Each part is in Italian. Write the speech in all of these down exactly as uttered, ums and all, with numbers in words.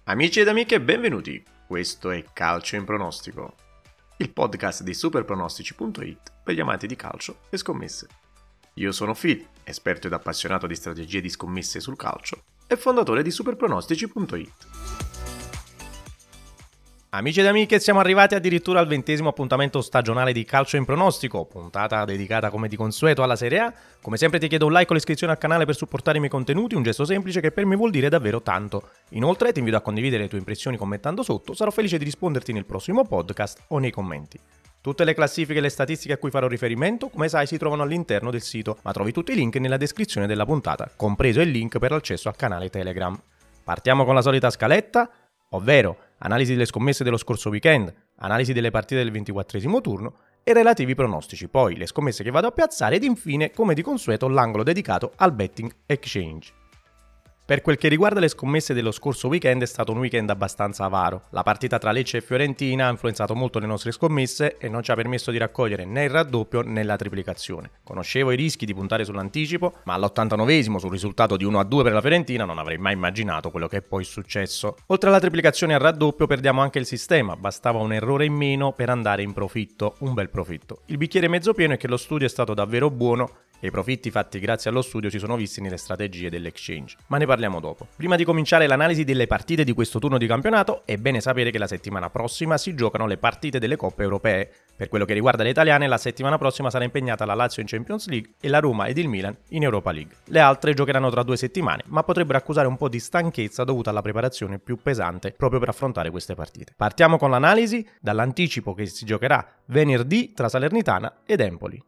Amici ed amiche, benvenuti. Questo è Calcio in Pronostico, il podcast di superpronostici punto it per gli amanti di calcio e scommesse. Io sono Phil, esperto ed appassionato di strategie di scommesse sul calcio e fondatore di superpronostici punto it. Amici ed amiche, siamo arrivati addirittura al ventesimo appuntamento stagionale di Calcio in Pronostico, puntata dedicata come di consueto alla Serie A. Come sempre ti chiedo un like o l'iscrizione al canale per supportare i miei contenuti, un gesto semplice che per me vuol dire davvero tanto. Inoltre ti invito a condividere le tue impressioni commentando sotto, sarò felice di risponderti nel prossimo podcast o nei commenti. Tutte le classifiche e le statistiche a cui farò riferimento, come sai, si trovano all'interno del sito, ma trovi tutti i link nella descrizione della puntata, compreso il link per l'accesso al canale Telegram. Partiamo con la solita scaletta, ovvero analisi delle scommesse dello scorso weekend, analisi delle partite del ventiquattresimo turno e relativi pronostici, poi le scommesse che vado a piazzare ed infine, come di consueto, l'angolo dedicato al betting exchange. Per quel che riguarda le scommesse dello scorso weekend è stato un weekend abbastanza avaro. La partita tra Lecce e Fiorentina ha influenzato molto le nostre scommesse e non ci ha permesso di raccogliere né il raddoppio né la triplicazione. Conoscevo i rischi di puntare sull'anticipo, ma all'ottantanovesimo sul risultato di uno a due per la Fiorentina non avrei mai immaginato quello che è poi successo. Oltre alla triplicazione e al raddoppio perdiamo anche il sistema, bastava un errore in meno per andare in profitto, un bel profitto. Il bicchiere mezzo pieno è che lo studio è stato davvero buono e i profitti fatti grazie allo studio si sono visti nelle strategie dell'exchange, ma ne parliamo dopo. Prima di cominciare l'analisi delle partite di questo turno di campionato, è bene sapere che la settimana prossima si giocano le partite delle coppe europee. Per quello che riguarda le italiane, la settimana prossima sarà impegnata la Lazio in Champions League e la Roma ed il Milan in Europa League. Le altre giocheranno tra due settimane, ma potrebbero accusare un po' di stanchezza dovuta alla preparazione più pesante proprio per affrontare queste partite. Partiamo con l'analisi dall'anticipo che si giocherà venerdì tra Salernitana ed Empoli.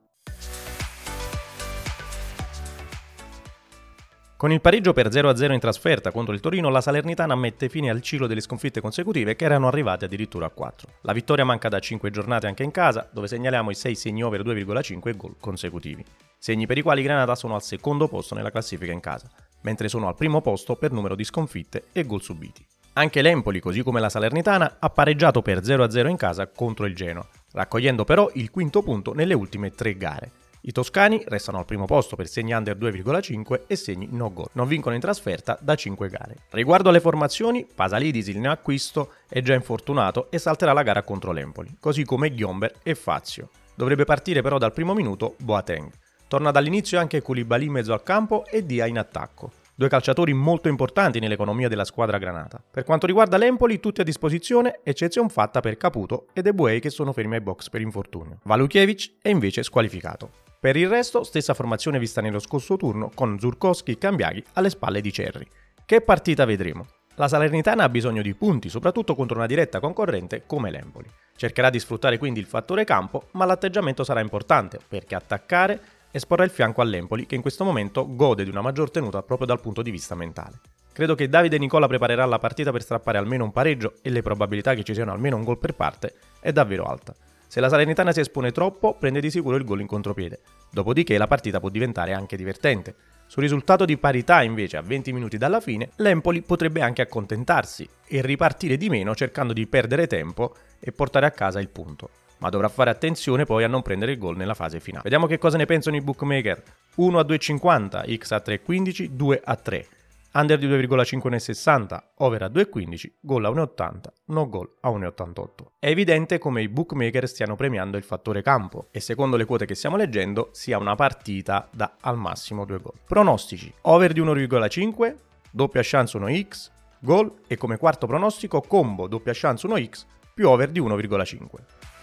Con il pareggio per zero a zero in trasferta contro il Torino, la Salernitana mette fine al ciclo delle sconfitte consecutive che erano arrivate addirittura a quattro. La vittoria manca da cinque giornate anche in casa, dove segnaliamo i sei segni over due virgola cinque gol consecutivi. Segni per i quali i Granata sono al secondo posto nella classifica in casa, mentre sono al primo posto per numero di sconfitte e gol subiti. Anche l'Empoli, così come la Salernitana, ha pareggiato per zero a zero in casa contro il Genoa, raccogliendo però il quinto punto nelle ultime tre gare. I toscani restano al primo posto per segni under due virgola cinque e segni no goal. Non vincono in trasferta da cinque gare. Riguardo alle formazioni, Pasalidis, il neoacquisto, è già infortunato e salterà la gara contro l'Empoli, così come Ghiomber e Fazio. Dovrebbe partire però dal primo minuto Boateng. Torna dall'inizio anche Koulibaly in mezzo al campo e Dia in attacco. Due calciatori molto importanti nell'economia della squadra granata. Per quanto riguarda l'Empoli, tutti a disposizione, eccezione fatta per Caputo e De Buei che sono fermi ai box per infortunio. Valukiewicz è invece squalificato. Per il resto, stessa formazione vista nello scorso turno, con Zurkowski e Cambiaghi alle spalle di Cerri. Che partita vedremo? La Salernitana ha bisogno di punti, soprattutto contro una diretta concorrente come l'Empoli. Cercherà di sfruttare quindi il fattore campo, ma l'atteggiamento sarà importante, perché attaccare esporrà il fianco all'Empoli, che in questo momento gode di una maggior tenuta proprio dal punto di vista mentale. Credo che Davide Nicola preparerà la partita per strappare almeno un pareggio e le probabilità che ci siano almeno un gol per parte è davvero alta. Se la Salernitana si espone troppo, prende di sicuro il gol in contropiede. Dopodiché la partita può diventare anche divertente. Sul risultato di parità, invece, a venti minuti dalla fine, l'Empoli potrebbe anche accontentarsi e ripartire di meno cercando di perdere tempo e portare a casa il punto. Ma dovrà fare attenzione poi a non prendere il gol nella fase finale. Vediamo che cosa ne pensano i bookmaker. uno a due virgola cinquanta, X a tre virgola quindici, due a tre. Under di due virgola cinque nel sessanta, over a due virgola quindici, gol a uno virgola ottanta, no gol a uno virgola ottantotto. È evidente come i bookmaker stiano premiando il fattore campo e secondo le quote che stiamo leggendo sia una partita da al massimo due gol. Pronostici: over di uno virgola cinque, doppia chance uno x, gol e come quarto pronostico combo doppia chance uno x più over di uno virgola cinque.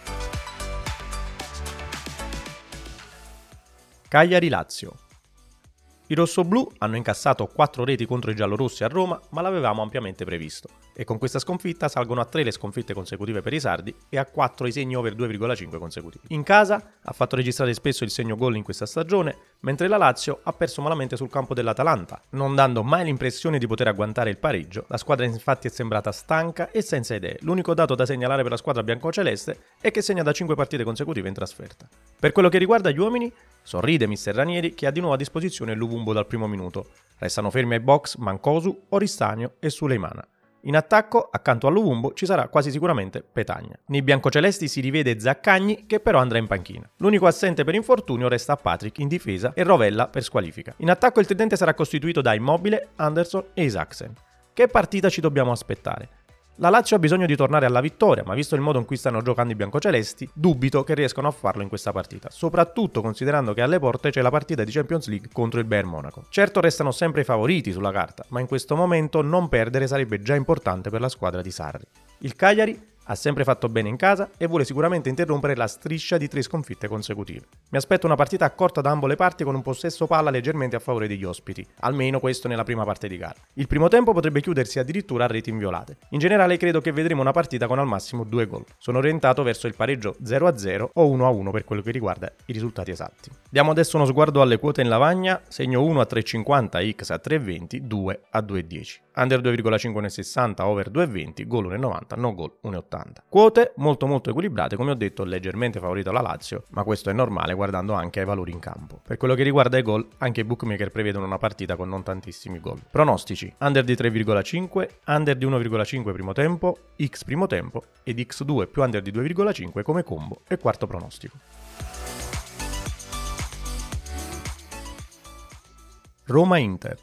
Cagliari-Lazio. I rossoblù hanno incassato quattro reti contro i giallorossi a Roma, ma l'avevamo ampiamente previsto. E con questa sconfitta salgono a tre le sconfitte consecutive per i sardi e a quattro i segni over due virgola cinque consecutivi. In casa ha fatto registrare spesso il segno gol in questa stagione, mentre la Lazio ha perso malamente sul campo dell'Atalanta, non dando mai l'impressione di poter agguantare il pareggio. La squadra infatti è sembrata stanca e senza idee. L'unico dato da segnalare per la squadra biancoceleste è che segna da cinque partite consecutive in trasferta. Per quello che riguarda gli uomini, sorride mister Ranieri che ha di nuovo a disposizione Luvumbo dal primo minuto. Restano fermi ai box Mancosu, Oristagno e Suleimana. In attacco, accanto a Luvumbo, ci sarà quasi sicuramente Petagna. Nei biancocelesti si rivede Zaccagni, che però andrà in panchina. L'unico assente per infortunio resta Patrick in difesa e Rovella per squalifica. In attacco il tridente sarà costituito da Immobile, Anderson e Isaksen. Che partita ci dobbiamo aspettare? La Lazio ha bisogno di tornare alla vittoria, ma visto il modo in cui stanno giocando i biancocelesti, dubito che riescano a farlo in questa partita, soprattutto considerando che alle porte c'è la partita di Champions League contro il Bayern Monaco. Certo restano sempre i favoriti sulla carta, ma in questo momento non perdere sarebbe già importante per la squadra di Sarri. Il Cagliari ha sempre fatto bene in casa e vuole sicuramente interrompere la striscia di tre sconfitte consecutive. Mi aspetto una partita accorta da ambo le parti con un possesso palla leggermente a favore degli ospiti, almeno questo nella prima parte di gara. Il primo tempo potrebbe chiudersi addirittura a reti inviolate. In generale credo che vedremo una partita con al massimo due gol. Sono orientato verso il pareggio zero a zero o uno a uno per quello che riguarda i risultati esatti. Diamo adesso uno sguardo alle quote in lavagna, segno uno a tre virgola cinquanta, X a tre virgola venti, due a due virgola dieci. Under due virgola cinque uno virgola sessanta, over due virgola venti, gol uno virgola novanta, no gol uno virgola ottanta. Quote molto molto equilibrate, come ho detto leggermente favorito la Lazio, ma questo è normale guardando anche ai valori in campo. Per quello che riguarda i gol, anche i bookmaker prevedono una partita con non tantissimi gol. Pronostici: under di tre virgola cinque, under di uno virgola cinque primo tempo, X primo tempo ed X due più under di due virgola cinque come combo e quarto pronostico. Roma-Inter.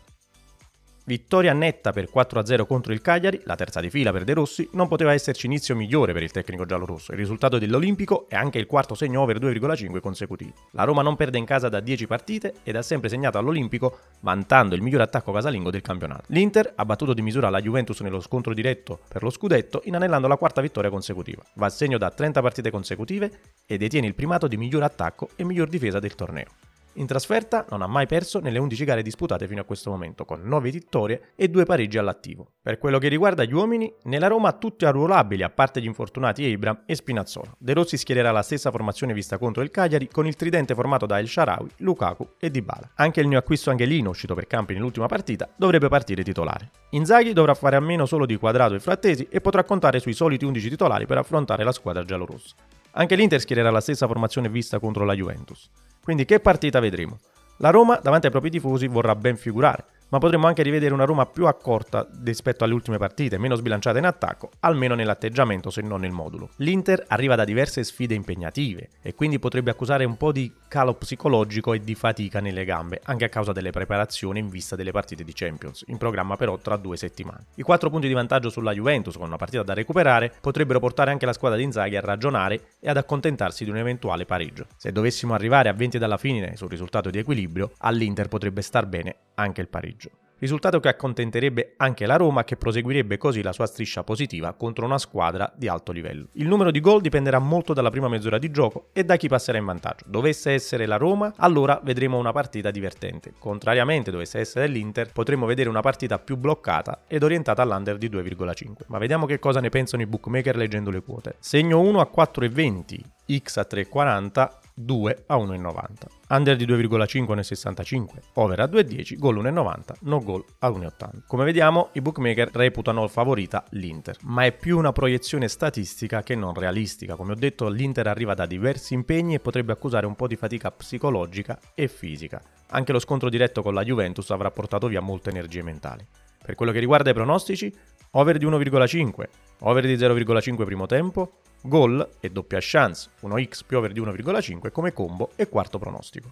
Vittoria netta per quattro a zero contro il Cagliari, la terza di fila per De Rossi, non poteva esserci inizio migliore per il tecnico giallorosso. Il risultato dell'Olimpico è anche il quarto segno over due virgola cinque consecutivo. La Roma non perde in casa da dieci partite ed ha sempre segnato all'Olimpico, vantando il miglior attacco casalingo del campionato. L'Inter ha battuto di misura la Juventus nello scontro diretto per lo scudetto, inanellando la quarta vittoria consecutiva. Va a segno da trenta partite consecutive e detiene il primato di miglior attacco e miglior difesa del torneo. In trasferta non ha mai perso nelle undici gare disputate fino a questo momento, con nove vittorie e due pareggi all'attivo. Per quello che riguarda gli uomini, nella Roma tutti arruolabili a parte gli infortunati Abraham e Spinazzola. De Rossi schiererà la stessa formazione vista contro il Cagliari, con il tridente formato da El Shaarawy, Lukaku e Dybala. Anche il neoacquisto Angelino, uscito per campi nell'ultima partita, dovrebbe partire titolare. Inzaghi dovrà fare a meno solo di Quadrato e Frattesi e potrà contare sui soliti undici titolari per affrontare la squadra giallorossa. Anche l'Inter schiererà la stessa formazione vista contro la Juventus. Quindi che partita vedremo? La Roma davanti ai propri tifosi vorrà ben figurare, ma potremmo anche rivedere una Roma più accorta rispetto alle ultime partite, meno sbilanciata in attacco, almeno nell'atteggiamento se non nel modulo. L'Inter arriva da diverse sfide impegnative e quindi potrebbe accusare un po' di calo psicologico e di fatica nelle gambe, anche a causa delle preparazioni in vista delle partite di Champions, in programma però tra due settimane. I quattro punti di vantaggio sulla Juventus, con una partita da recuperare, potrebbero portare anche la squadra di Inzaghi a ragionare e ad accontentarsi di un eventuale pareggio. Se dovessimo arrivare a venti dalla fine sul risultato di equilibrio, all'Inter potrebbe star bene anche il pareggio. Risultato che accontenterebbe anche la Roma, che proseguirebbe così la sua striscia positiva contro una squadra di alto livello. Il numero di gol dipenderà molto dalla prima mezz'ora di gioco e da chi passerà in vantaggio. Dovesse essere la Roma, allora vedremo una partita divertente. Contrariamente dovesse essere l'Inter, potremmo vedere una partita più bloccata ed orientata all'under di due virgola cinque. Ma vediamo che cosa ne pensano i bookmaker leggendo le quote. Segno uno a quattro virgola venti, X a tre virgola quaranta, due a uno virgola novanta. Under di due virgola cinque uno virgola sessantacinque, over a due virgola dieci, gol uno virgola novanta, no gol a uno virgola ottanta. Come vediamo, i bookmaker reputano favorita l'Inter, ma è più una proiezione statistica che non realistica. Come ho detto, l'Inter arriva da diversi impegni e potrebbe accusare un po' di fatica psicologica e fisica. Anche lo scontro diretto con la Juventus avrà portato via molte energie mentali. Per quello che riguarda i pronostici, over di uno virgola cinque, over di zero virgola cinque primo tempo, gol e doppia chance, uno X più over di uno virgola cinque come combo e quarto pronostico.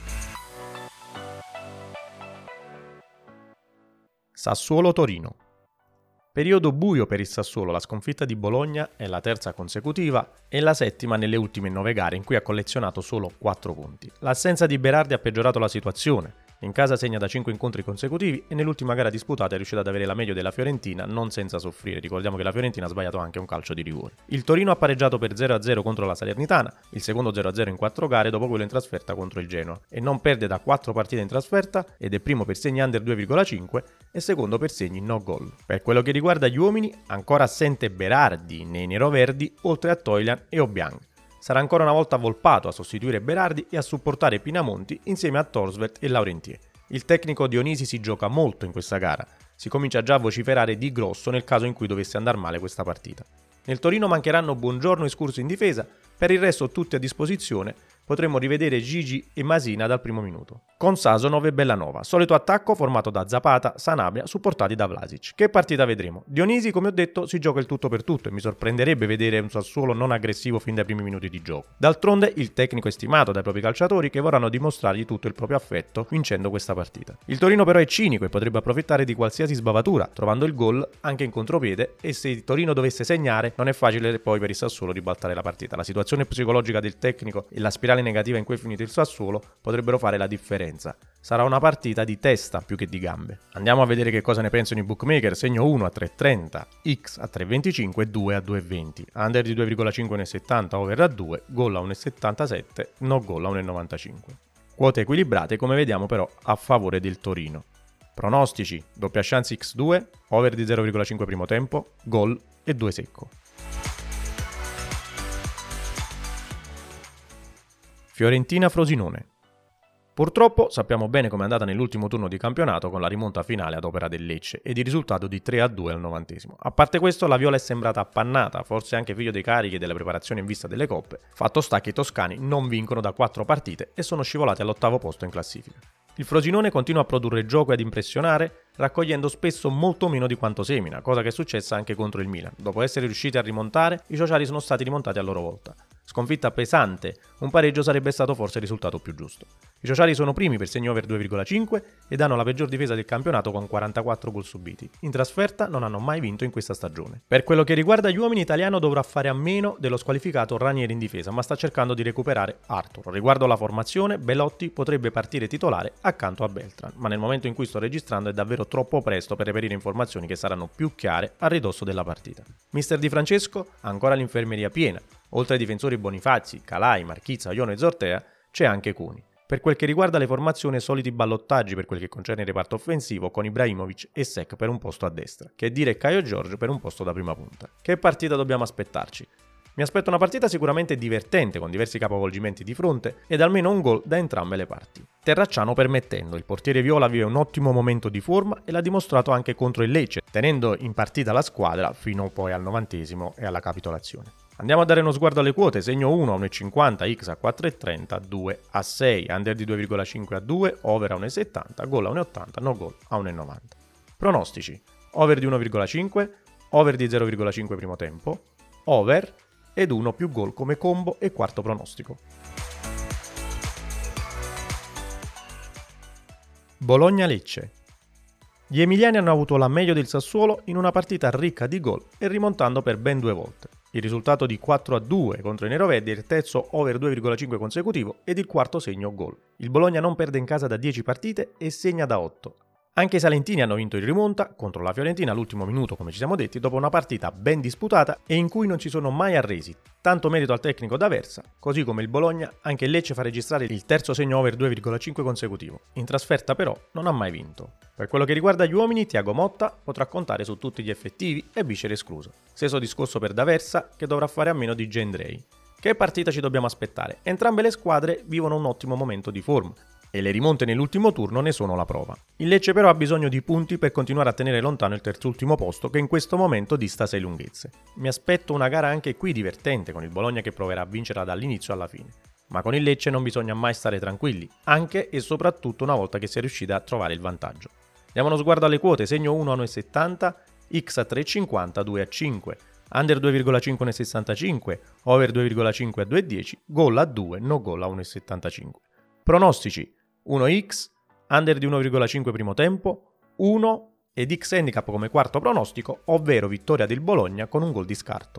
Sassuolo-Torino. Periodo buio per il Sassuolo, la sconfitta di Bologna è la terza consecutiva e la settima nelle ultime nove gare in cui ha collezionato solo quattro punti. L'assenza di Berardi ha peggiorato la situazione. In casa segna da cinque incontri consecutivi e nell'ultima gara disputata è riuscita ad avere la meglio della Fiorentina, non senza soffrire. Ricordiamo che la Fiorentina ha sbagliato anche un calcio di rigore. Il Torino ha pareggiato per zero a zero contro la Salernitana, il secondo zero a zero in quattro gare dopo quello in trasferta contro il Genoa, e non perde da quattro partite in trasferta ed è primo per segni under due virgola cinque e secondo per segni no gol. Per quello che riguarda gli uomini, ancora assente Berardi nei neroverdi, oltre a Toilan e Obiang. Sarà ancora una volta Volpato a sostituire Berardi e a supportare Pinamonti insieme a Torsvert e Laurentier. Il tecnico Dionisi si gioca molto in questa gara, si comincia già a vociferare di grosso nel caso in cui dovesse andare male questa partita. Nel Torino mancheranno Buongiorno e Scurso in difesa, per il resto tutti a disposizione, potremmo rivedere Gigi e Masina dal primo minuto. Con Sasonov e Bellanova, solito attacco formato da Zapata, Sanabria, supportati da Vlasic. Che partita vedremo? Dionisi, come ho detto, si gioca il tutto per tutto e mi sorprenderebbe vedere un Sassuolo non aggressivo fin dai primi minuti di gioco. D'altronde il tecnico è stimato dai propri calciatori che vorranno dimostrargli tutto il proprio affetto vincendo questa partita. Il Torino però è cinico e potrebbe approfittare di qualsiasi sbavatura, trovando il gol anche in contropiede, e se il Torino dovesse segnare non è facile poi per il Sassuolo ribaltare la partita. La situazione psicologica del tecnico e la spirale negativa in cui è finito il Sassuolo potrebbero fare la differenza. Sarà una partita di testa più che di gambe. Andiamo a vedere che cosa ne pensano i bookmaker. Segno uno a tre virgola trenta, X a tre virgola venticinque e due a due virgola venti. Under di due virgola cinque uno virgola settanta, over a due, gol a uno virgola settantasette, no gol a uno virgola novantacinque. Quote equilibrate, come vediamo però a favore del Torino. Pronostici: doppia chance X due, over di zero virgola cinque primo tempo, gol e due secco. Fiorentina-Frosinone. Purtroppo sappiamo bene com'è andata nell'ultimo turno di campionato con la rimonta finale ad opera del Lecce ed il risultato di tre a due al novantesimo. A parte questo, la Viola è sembrata appannata, forse anche figlio dei carichi e delle preparazioni in vista delle coppe. Fatto sta che i toscani non vincono da quattro partite e sono scivolati all'ottavo posto in classifica. Il Frosinone continua a produrre gioco e ad impressionare, raccogliendo spesso molto meno di quanto semina, cosa che è successa anche contro il Milan. Dopo essere riusciti a rimontare, i sociali sono stati rimontati a loro volta. Sconfitta pesante, un pareggio sarebbe stato forse il risultato più giusto. I sociali sono primi per segno over due virgola cinque ed hanno la peggior difesa del campionato con quarantaquattro gol subiti. In trasferta non hanno mai vinto in questa stagione. Per quello che riguarda gli uomini, Italiano dovrà fare a meno dello squalificato Ranieri in difesa, ma sta cercando di recuperare Arthur. Riguardo alla formazione, Belotti potrebbe partire titolare accanto a Beltran, ma nel momento in cui sto registrando è davvero troppo presto per reperire informazioni che saranno più chiare a ridosso della partita. Mister Di Francesco ha ancora l'infermeria piena. Oltre ai difensori Bonifazzi, Calai, Marchizza, Iono e Zortea, c'è anche Cuni. Per quel che riguarda le formazioni, soliti ballottaggi per quel che concerne il reparto offensivo con Ibrahimovic e Sek per un posto a destra, che dire Caio Giorgio per un posto da prima punta. Che partita dobbiamo aspettarci? Mi aspetto una partita sicuramente divertente, con diversi capovolgimenti di fronte ed almeno un gol da entrambe le parti. Terracciano permettendo, il portiere viola vive un ottimo momento di forma e l'ha dimostrato anche contro il Lecce, tenendo in partita la squadra fino poi al novantesimo e alla capitolazione. Andiamo a dare uno sguardo alle quote. Segno uno a uno virgola cinquanta, X a quattro virgola trenta, due a sei, under di due virgola cinque a due, over a uno virgola settanta, gol a uno virgola ottanta, no gol a uno virgola novanta. Pronostici: over di uno virgola cinque, over di zero virgola cinque primo tempo, over ed uno più gol come combo e quarto pronostico. Bologna-Lecce. Gli emiliani hanno avuto la meglio del Sassuolo in una partita ricca di gol e rimontando per ben due volte. Il risultato di quattro a due contro i neroverdi è il terzo over due virgola cinque consecutivo ed il quarto segno gol. Il Bologna non perde in casa da dieci partite e segna da otto. Anche i salentini hanno vinto in rimonta contro la Fiorentina all'ultimo minuto, come ci siamo detti, dopo una partita ben disputata e in cui non si sono mai arresi. Tanto merito al tecnico D'Aversa, così come il Bologna, anche il Lecce fa registrare il terzo segno over due virgola cinque consecutivo. In trasferta però non ha mai vinto. Per quello che riguarda gli uomini, Thiago Motta potrà contare su tutti gli effettivi e Bicer escluso. Stesso discorso per D'Aversa, che dovrà fare a meno di Gendrei. Che partita ci dobbiamo aspettare? Entrambe le squadre vivono un ottimo momento di forma e le rimonte nell'ultimo turno ne sono la prova. Il Lecce però ha bisogno di punti per continuare a tenere lontano il terzultimo posto che in questo momento dista sei lunghezze. Mi aspetto una gara anche qui divertente, con il Bologna che proverà a vincerla dall'inizio alla fine. Ma con il Lecce non bisogna mai stare tranquilli, anche e soprattutto una volta che si è riusciti a trovare il vantaggio. Diamo uno sguardo alle quote, segno uno a uno virgola settanta, X a tre virgola cinquanta, due a cinque, under due virgola cinque a uno virgola sessantacinque, over due virgola cinque a due virgola dieci, gol a due, no gol a uno virgola settantacinque. Pronostici: uno X, under di uno virgola cinque primo tempo, uno ed X handicap come quarto pronostico, ovvero vittoria del Bologna con un gol di scarto.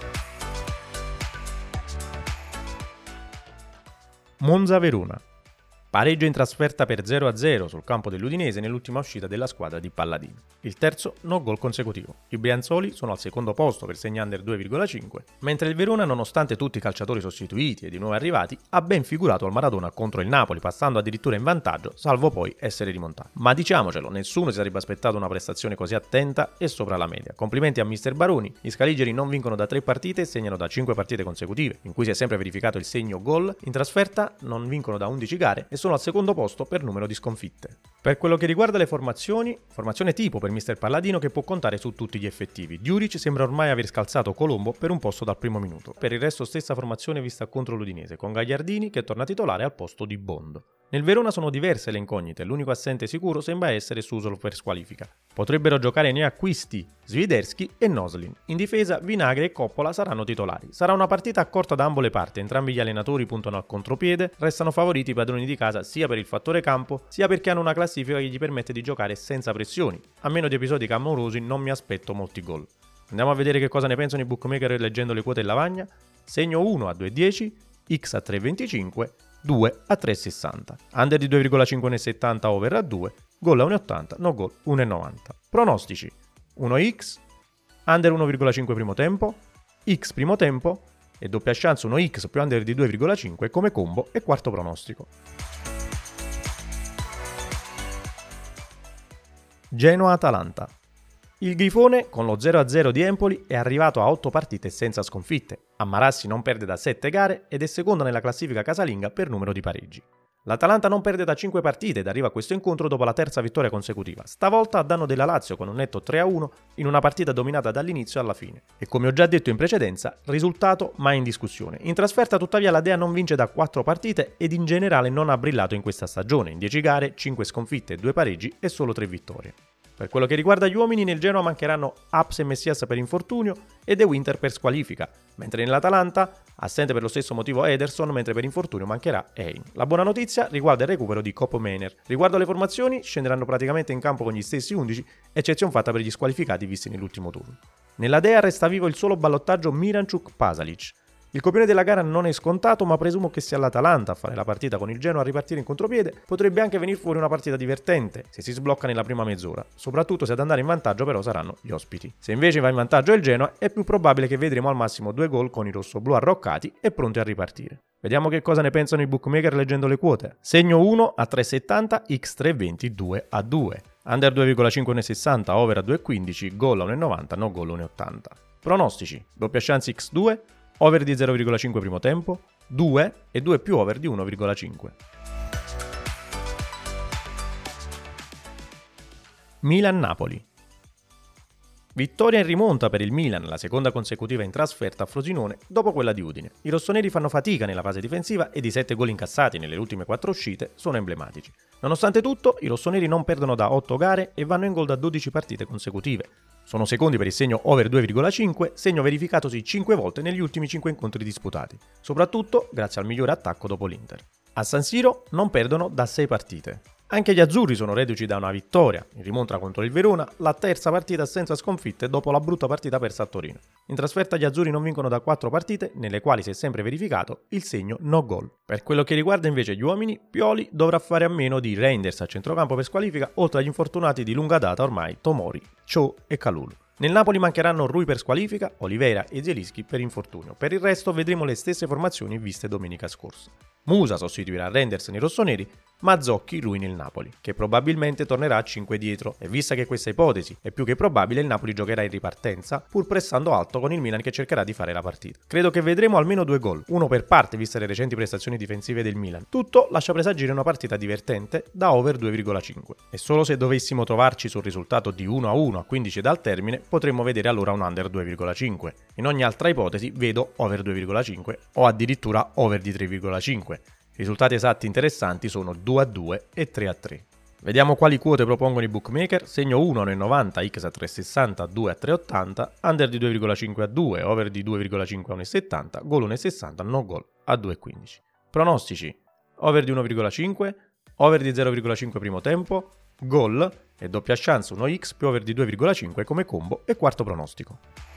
Monza-Verona. Pareggio in trasferta per zero a zero sul campo dell'Udinese nell'ultima uscita della squadra di Palladino. Il terzo no gol consecutivo. I Brianzoli sono al secondo posto per segno under due virgola cinque, mentre il Verona, nonostante tutti i calciatori sostituiti e di nuovi arrivati, ha ben figurato al Maradona contro il Napoli, passando addirittura in vantaggio, salvo poi essere rimontato. Ma diciamocelo, nessuno si sarebbe aspettato una prestazione così attenta e sopra la media. Complimenti a mister Baroni, gli scaligeri non vincono da tre partite e segnano da cinque partite consecutive, in cui si è sempre verificato il segno gol. In trasferta non vincono da undici gare e sono al secondo posto per numero di sconfitte. Per quello che riguarda le formazioni, formazione tipo per mister Palladino che può contare su tutti gli effettivi. Djuric sembra ormai aver scalzato Colombo per un posto dal primo minuto. Per il resto stessa formazione vista contro l'Udinese, con Gagliardini che torna titolare al posto di Bond. Nel Verona sono diverse le incognite, l'unico assente sicuro sembra essere Susolo per squalifica. Potrebbero giocare nei acquisti Swiderski e Noslin. In difesa Vinagre e Coppola saranno titolari. Sarà una partita accorta da ambo le parti, entrambi gli allenatori puntano al contropiede, restano favoriti i padroni di casa sia per il fattore campo, sia perché hanno una classifica che gli permette di giocare senza pressioni. A meno di episodi clamorosi non mi aspetto molti gol. Andiamo a vedere che cosa ne pensano i bookmaker leggendo le quote in lavagna. Segno uno a due virgola dieci, X a tre virgola venticinque, due a tre virgola sessanta, under di due virgola cinque uno virgola settanta, over a due, gol a uno virgola ottanta, no gol uno virgola novanta. Pronostici: uno X, under uno virgola cinque primo tempo, X primo tempo e doppia chance uno X più under di due virgola cinque come combo e quarto pronostico. Genoa-Atalanta. Il Grifone, con lo zero a zero di Empoli, è arrivato a otto partite senza sconfitte. A Marassi non perde da sette gare ed è seconda nella classifica casalinga per numero di pareggi. L'Atalanta non perde da cinque partite ed arriva a questo incontro dopo la terza vittoria consecutiva, stavolta a danno della Lazio con un netto tre a uno in una partita dominata dall'inizio alla fine. E come ho già detto in precedenza, risultato mai in discussione. In trasferta tuttavia la Dea non vince da quattro partite ed in generale non ha brillato in questa stagione, in dieci gare, cinque sconfitte, due pareggi e solo tre vittorie. Per quello che riguarda gli uomini, nel Genoa mancheranno Aps e Messias per infortunio e De Winter per squalifica, mentre nell'Atalanta, assente per lo stesso motivo Ederson, mentre per infortunio mancherà Hein. La buona notizia riguarda il recupero di Kopp Meiners. Riguardo alle formazioni, scenderanno praticamente in campo con gli stessi undici, eccezione fatta per gli squalificati visti nell'ultimo turno. Nella Dea resta vivo il solo ballottaggio Miranchuk-Pasalic. Il copione della gara non è scontato, ma presumo che sia l'Atalanta a fare la partita con il Genoa a ripartire in contropiede. Potrebbe anche venire fuori una partita divertente, se si sblocca nella prima mezz'ora, soprattutto se ad andare in vantaggio però saranno gli ospiti. Se invece va in vantaggio il Genoa, è più probabile che vedremo al massimo due gol con i rossoblù arroccati e pronti a ripartire. Vediamo che cosa ne pensano i bookmaker leggendo le quote. Segno uno a tre virgola settanta, X tre virgola venti, due a due. Under due virgola cinque uno virgola sessanta, over a due virgola quindici, gol a uno virgola novanta, no gol uno virgola ottanta. Pronostici: doppia chance X due, over di zero virgola cinque primo tempo, due e due più over di uno virgola cinque. Milan-Napoli. Vittoria in rimonta per il Milan, la seconda consecutiva in trasferta a Frosinone dopo quella di Udine. I rossoneri fanno fatica nella fase difensiva ed i sette gol incassati nelle ultime quattro uscite sono emblematici. Nonostante tutto, i rossoneri non perdono da otto gare e vanno in gol da dodici partite consecutive. Sono secondi per il segno over due virgola cinque, segno verificatosi cinque volte negli ultimi cinque incontri disputati, soprattutto grazie al migliore attacco dopo l'Inter. A San Siro non perdono da sei partite. Anche gli azzurri sono reduci da una vittoria, in rimonta contro il Verona, la terza partita senza sconfitte dopo la brutta partita persa a Torino. In trasferta gli azzurri non vincono da quattro partite, nelle quali si è sempre verificato il segno no goal. Per quello che riguarda invece gli uomini, Pioli dovrà fare a meno di Reinders a centrocampo per squalifica, oltre agli infortunati di lunga data ormai Tomori, Cho e Kalulu. Nel Napoli mancheranno Rui per squalifica, Oliveira e Zielinski per infortunio. Per il resto vedremo le stesse formazioni viste domenica scorsa. Musa sostituirà Reinders nei rossoneri, Mazzocchi lui nel Napoli, che probabilmente tornerà a cinque dietro, e vista che questa ipotesi è più che probabile, il Napoli giocherà in ripartenza, pur pressando alto con il Milan che cercherà di fare la partita. Credo che vedremo almeno due gol, uno per parte viste le recenti prestazioni difensive del Milan. Tutto lascia presagire una partita divertente da over due virgola cinque. E solo se dovessimo trovarci sul risultato di uno a uno a quindici dal termine, potremmo vedere allora un under due virgola cinque. In ogni altra ipotesi vedo over due virgola cinque o addirittura over di tre virgola cinque. Risultati esatti interessanti sono due a due e tre a tre. Vediamo quali quote propongono i bookmaker. Segno uno a uno virgola novanta, X a tre virgola sessanta, due a tre virgola ottanta, under di due virgola cinque a due, over di due virgola cinque a uno virgola settanta, gol uno virgola sessanta, no gol a due virgola quindici. Pronostici: over di uno virgola cinque, over di zero virgola cinque primo tempo, gol e doppia chance uno X più over di due virgola cinque come combo e quarto pronostico.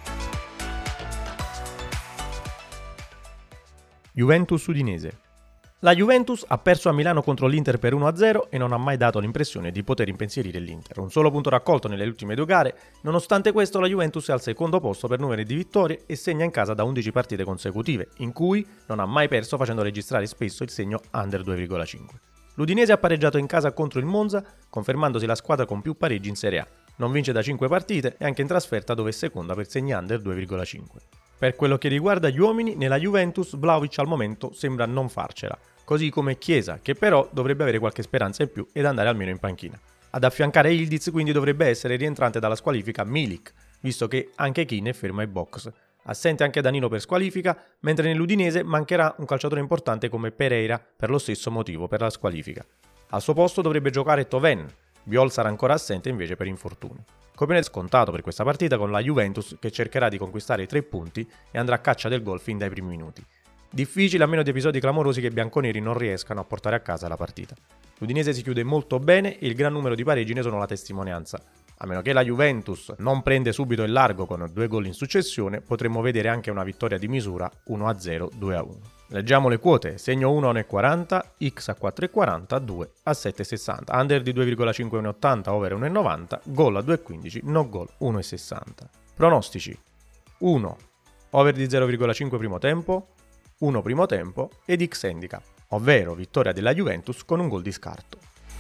Juventus-Udinese. La Juventus ha perso a Milano contro l'Inter per uno a zero e non ha mai dato l'impressione di poter impensierire l'Inter. Un solo punto raccolto nelle ultime due gare, nonostante questo la Juventus è al secondo posto per numeri di vittorie e segna in casa da undici partite consecutive, in cui non ha mai perso facendo registrare spesso il segno under due virgola cinque. L'Udinese ha pareggiato in casa contro il Monza, confermandosi la squadra con più pareggi in Serie A. Non vince da cinque partite e anche in trasferta dove è seconda per segni under due virgola cinque. Per quello che riguarda gli uomini, nella Juventus Vlahovic al momento sembra non farcela. così come Chiesa, che però dovrebbe avere qualche speranza in più ed andare almeno in panchina. Ad affiancare Yildiz quindi dovrebbe essere rientrante dalla squalifica Milik, visto che anche Keane è fermo ai box. Assente anche Danilo per squalifica, mentre nell'Udinese mancherà un calciatore importante come Pereira per lo stesso motivo, per la squalifica. Al suo posto dovrebbe giocare Toven, Biol sarà ancora assente invece per infortunio. Copione scontato per questa partita con la Juventus che cercherà di conquistare i tre punti e andrà a caccia del gol fin dai primi minuti. Difficile a meno di episodi clamorosi che i bianconeri non riescano a portare a casa la partita. L'Udinese si chiude molto bene e il gran numero di pareggi ne sono la testimonianza. A meno che la Juventus non prende subito il largo con due gol in successione, potremmo vedere anche una vittoria di misura uno a zero, due a uno. Leggiamo le quote: segno uno a uno virgola quaranta, X a quattro virgola quaranta, due a sette virgola sessanta, under di due virgola cinque a uno virgola ottanta, over uno virgola novanta, gol a due virgola quindici, no gol uno virgola sessanta. Pronostici: uno, over di zero virgola cinque primo tempo, uno primo tempo ed X handicap, ovvero vittoria della Juventus con un gol di scarto.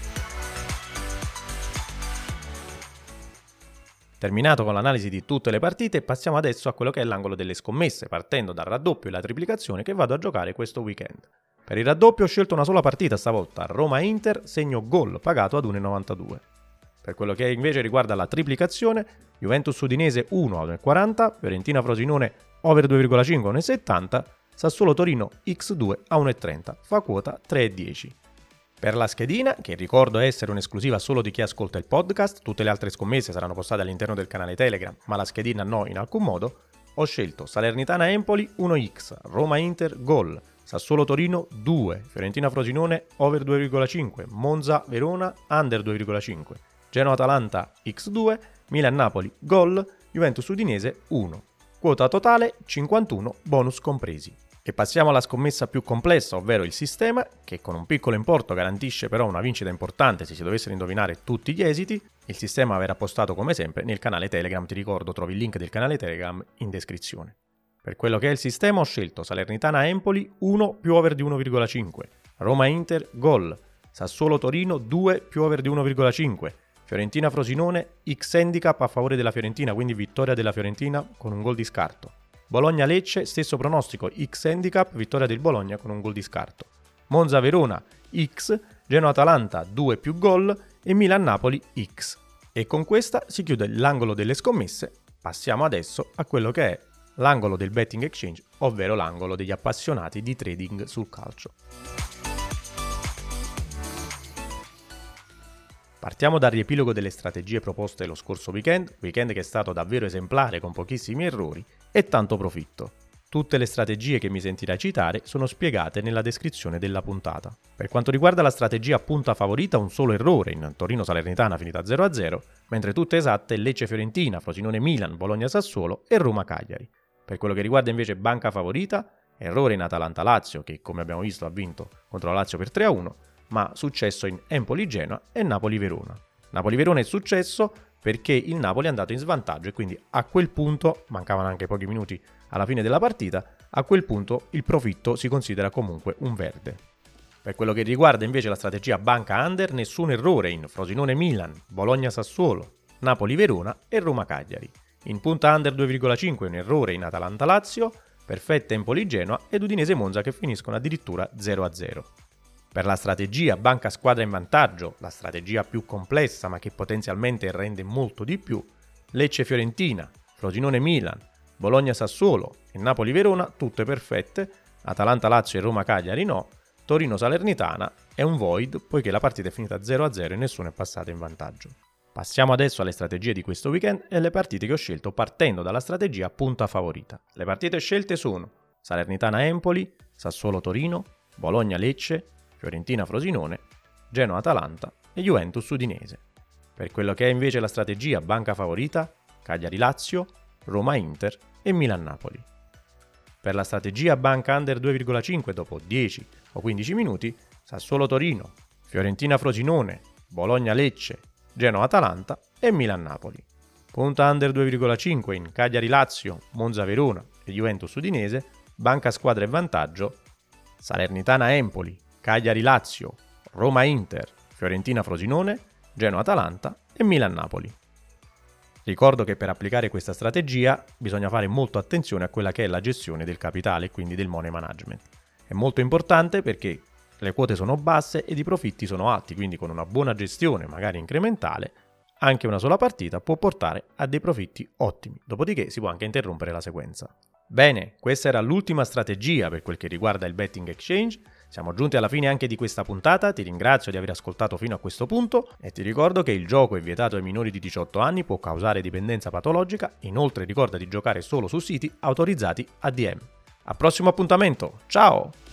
Terminato con l'analisi di tutte le partite, passiamo adesso a quello che è l'angolo delle scommesse, partendo dal raddoppio e la triplicazione che vado a giocare questo weekend. Per il raddoppio ho scelto una sola partita stavolta, Roma-Inter, segno gol pagato ad uno virgola novantadue. Per quello che invece riguarda la triplicazione, Juventus-Udinese uno a uno virgola quaranta, Fiorentina-Frosinone over due virgola cinque a uno virgola settanta, Sassuolo-Torino X due a uno virgola trenta, fa quota tre virgola dieci. Per la schedina, che ricordo essere un'esclusiva solo di chi ascolta il podcast, tutte le altre scommesse saranno postate all'interno del canale Telegram, ma la schedina no in alcun modo, ho scelto Salernitana-Empoli uno X, Roma-Inter gol, Sassuolo-Torino due, Fiorentina-Frosinone over due virgola cinque, Monza-Verona under due virgola cinque, Genoa-Atalanta X due, Milan-Napoli gol, Juventus-Udinese uno. Quota totale cinquantuno, bonus compresi. E passiamo alla scommessa più complessa, ovvero il sistema, che con un piccolo importo garantisce però una vincita importante se si dovessero indovinare tutti gli esiti. Il sistema verrà postato come sempre nel canale Telegram, ti ricordo trovi il link del canale Telegram in descrizione. Per quello che è il sistema ho scelto Salernitana-Empoli uno più over di uno virgola cinque, Roma-Inter gol, Sassuolo-Torino due più over di uno virgola cinque, Fiorentina-Frosinone X handicap a favore della Fiorentina, quindi vittoria della Fiorentina con un gol di scarto. Bologna-Lecce, stesso pronostico, X handicap, vittoria del Bologna con un gol di scarto. Monza-Verona, X, Genoa-Atalanta, due più gol e Milan-Napoli, X. E con questa si chiude l'angolo delle scommesse. Passiamo adesso a quello che è l'angolo del betting exchange, ovvero l'angolo degli appassionati di trading sul calcio. Partiamo dal riepilogo delle strategie proposte lo scorso weekend, weekend che è stato davvero esemplare con pochissimi errori e tanto profitto. Tutte le strategie che mi sentirai citare sono spiegate nella descrizione della puntata. Per quanto riguarda la strategia punta favorita, un solo errore in Torino-Salernitana finita zero a zero, mentre tutte esatte Lecce-Fiorentina, Frosinone-Milan, Bologna-Sassuolo e Roma-Cagliari. Per quello che riguarda invece banca favorita, errore in Atalanta-Lazio che come abbiamo visto ha vinto contro la Lazio per tre a uno, ma successo in Empoli-Genoa e Napoli-Verona. Napoli-Verona è successo perché il Napoli è andato in svantaggio e quindi a quel punto, mancavano anche pochi minuti alla fine della partita, a quel punto il profitto si considera comunque un verde. Per quello che riguarda invece la strategia banca under, nessun errore in Frosinone-Milan, Bologna-Sassuolo, Napoli-Verona e Roma-Cagliari. In punta under due virgola cinque un errore in Atalanta-Lazio, perfetta Empoli-Genoa ed Udinese-Monza che finiscono addirittura zero a zero. Per la strategia banca squadra in vantaggio, la strategia più complessa ma che potenzialmente rende molto di più, Lecce-Fiorentina, Frosinone-Milan, Bologna-Sassuolo e Napoli-Verona, tutte perfette, Atalanta-Lazio e Roma-Cagliari no, Torino-Salernitana è un void poiché la partita è finita zero a zero e nessuno è passato in vantaggio. Passiamo adesso alle strategie di questo weekend e alle partite che ho scelto partendo dalla strategia punta favorita. Le partite scelte sono Salernitana-Empoli, Sassuolo-Torino, Bologna-Lecce, Fiorentina-Frosinone, Genoa-Atalanta e Juventus-Udinese. Per quello che è invece la strategia banca favorita, Cagliari-Lazio, Roma-Inter e Milan-Napoli. Per la strategia banca under due virgola cinque dopo dieci o quindici minuti, Sassuolo-Torino, Fiorentina-Frosinone, Bologna-Lecce, Genoa-Atalanta e Milan-Napoli. Punta under due virgola cinque in Cagliari-Lazio, Monza-Verona e Juventus-Udinese, banca squadra e vantaggio, Salernitana-Empoli, Cagliari-Lazio, Roma-Inter, Fiorentina-Frosinone, Genoa-Atalanta e Milan-Napoli. Ricordo che per applicare questa strategia bisogna fare molto attenzione a quella che è la gestione del capitale e quindi del money management. È molto importante perché le quote sono basse ed i profitti sono alti, quindi con una buona gestione, magari incrementale, anche una sola partita può portare a dei profitti ottimi, dopodiché si può anche interrompere la sequenza. Bene, questa era l'ultima strategia per quel che riguarda il betting exchange. Siamo giunti alla fine anche di questa puntata, ti ringrazio di aver ascoltato fino a questo punto e ti ricordo che il gioco è vietato ai minori di diciotto anni, può causare dipendenza patologica, inoltre ricorda di giocare solo su siti autorizzati A D M. Al prossimo appuntamento, ciao!